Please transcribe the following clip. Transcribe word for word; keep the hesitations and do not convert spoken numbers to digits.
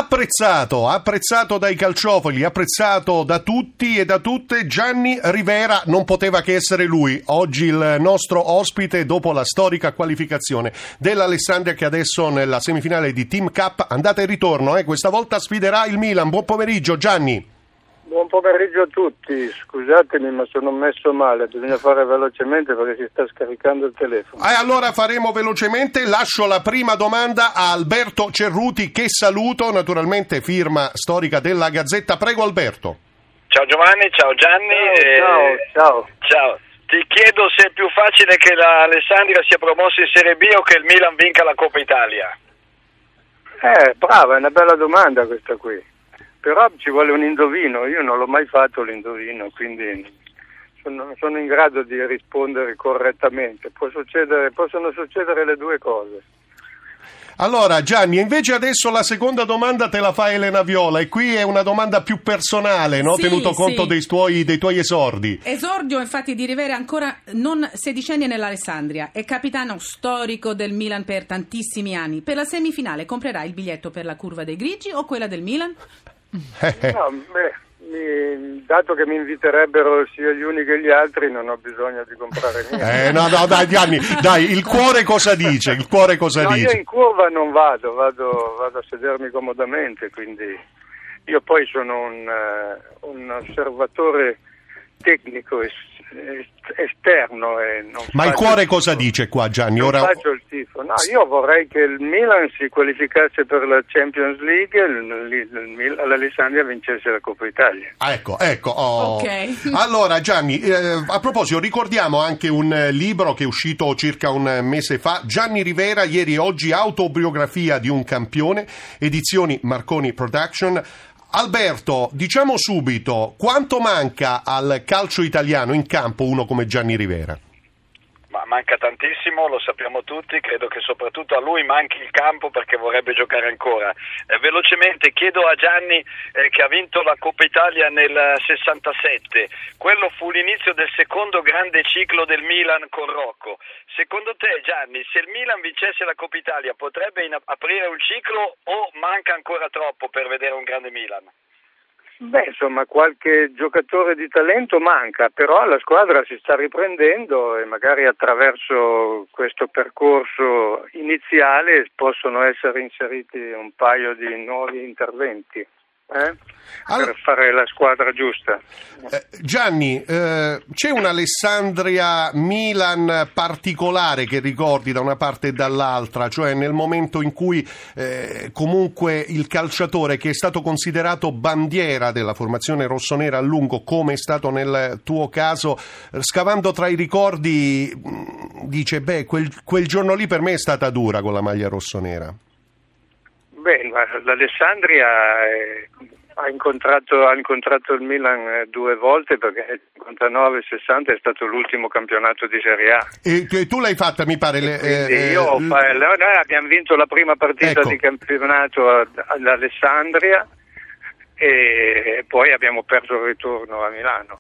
Apprezzato, apprezzato dai calciofili, apprezzato da tutti e da tutte, Gianni Rivera non poteva che essere lui, oggi il nostro ospite dopo la storica qualificazione dell'Alessandria che adesso nella semifinale di Team Cup, andata e ritorno, eh, questa volta sfiderà il Milan. Buon pomeriggio Gianni. Buon pomeriggio a tutti, scusatemi ma sono messo male, bisogna fare velocemente perché si sta scaricando il telefono. Eh, allora faremo velocemente, lascio la prima domanda a Alberto Cerruti che saluto, naturalmente firma storica della Gazzetta. Prego Alberto. Ciao Giovanni, ciao Gianni. Ciao, eh, ciao, ciao. Ciao. Ti chiedo se è più facile che l'Alessandria sia promossa in Serie B o che il Milan vinca la Coppa Italia? Eh, brava, è una bella domanda questa qui. Però ci vuole un indovino, io non l'ho mai fatto l'indovino, quindi sono, sono in grado di rispondere correttamente. Può succedere, possono succedere le due cose. Allora Gianni, invece adesso la seconda domanda te la fa Elena Viola e qui è una domanda più personale, no? Sì, Tenuto conto sì. dei tuoi, dei tuoi esordi. Esordio infatti di Rivera ancora non sedicenne nell'Alessandria, è capitano storico del Milan per tantissimi anni. Per la semifinale comprerà il biglietto per la curva dei grigi o quella del Milan? No, beh, mi, dato che mi inviterebbero sia gli uni che gli altri, non ho bisogno di comprare niente. Eh, no, no, dai, Gianni, dai, il cuore cosa dice? Il cuore cosa no, dice? io in curva non vado, vado, vado a sedermi comodamente, quindi io poi sono un, uh, un osservatore tecnico es, es, esterno. E non Ma il faccio cuore il cosa tifo. dice qua Gianni? Non Ora... faccio il tifo, no, io vorrei che il Milan si qualificasse per la Champions League e il, il, il, l'Alessandria vincesse la Coppa Italia. Ah, ecco, ecco. Oh. Ok. Allora Gianni, eh, a proposito, ricordiamo anche un eh, libro che è uscito circa un mese fa, Gianni Rivera, ieri e oggi, autobiografia di un campione, edizioni Marconi Production. Alberto, diciamo subito, quanto manca al calcio italiano in campo uno come Gianni Rivera? Ma manca tantissimo, lo sappiamo tutti, credo che soprattutto a lui manchi il campo perché vorrebbe giocare ancora. Eh, velocemente chiedo a Gianni eh, che ha vinto la Coppa Italia nel sessantasette, quello fu l'inizio del secondo grande ciclo del Milan con Rocco. Secondo te Gianni, se il Milan vincesse la Coppa Italia potrebbe in- aprire un ciclo o manca ancora troppo per vedere un grande Milan? Beh, insomma, qualche giocatore di talento manca, però la squadra si sta riprendendo e magari attraverso questo percorso iniziale possono essere inseriti un paio di nuovi interventi. Eh? Allora, per fare la squadra giusta. eh, Gianni, eh, c'è un Alessandria Milan particolare che ricordi da una parte e dall'altra, cioè nel momento in cui eh, comunque il calciatore che è stato considerato bandiera della formazione rossonera a lungo, come è stato nel tuo caso, scavando tra i ricordi dice beh quel, quel giorno lì per me è stata dura con la maglia rossonera. Beh, l'Alessandria è, ha, incontrato, ha incontrato il Milan due volte perché nel cinquantanove sessanta è stato l'ultimo campionato di Serie A. E, e tu l'hai fatta, mi pare. Le, eh, io eh, fa, noi abbiamo vinto la prima partita ecco. di campionato all'Alessandria e poi abbiamo perso il ritorno a Milano.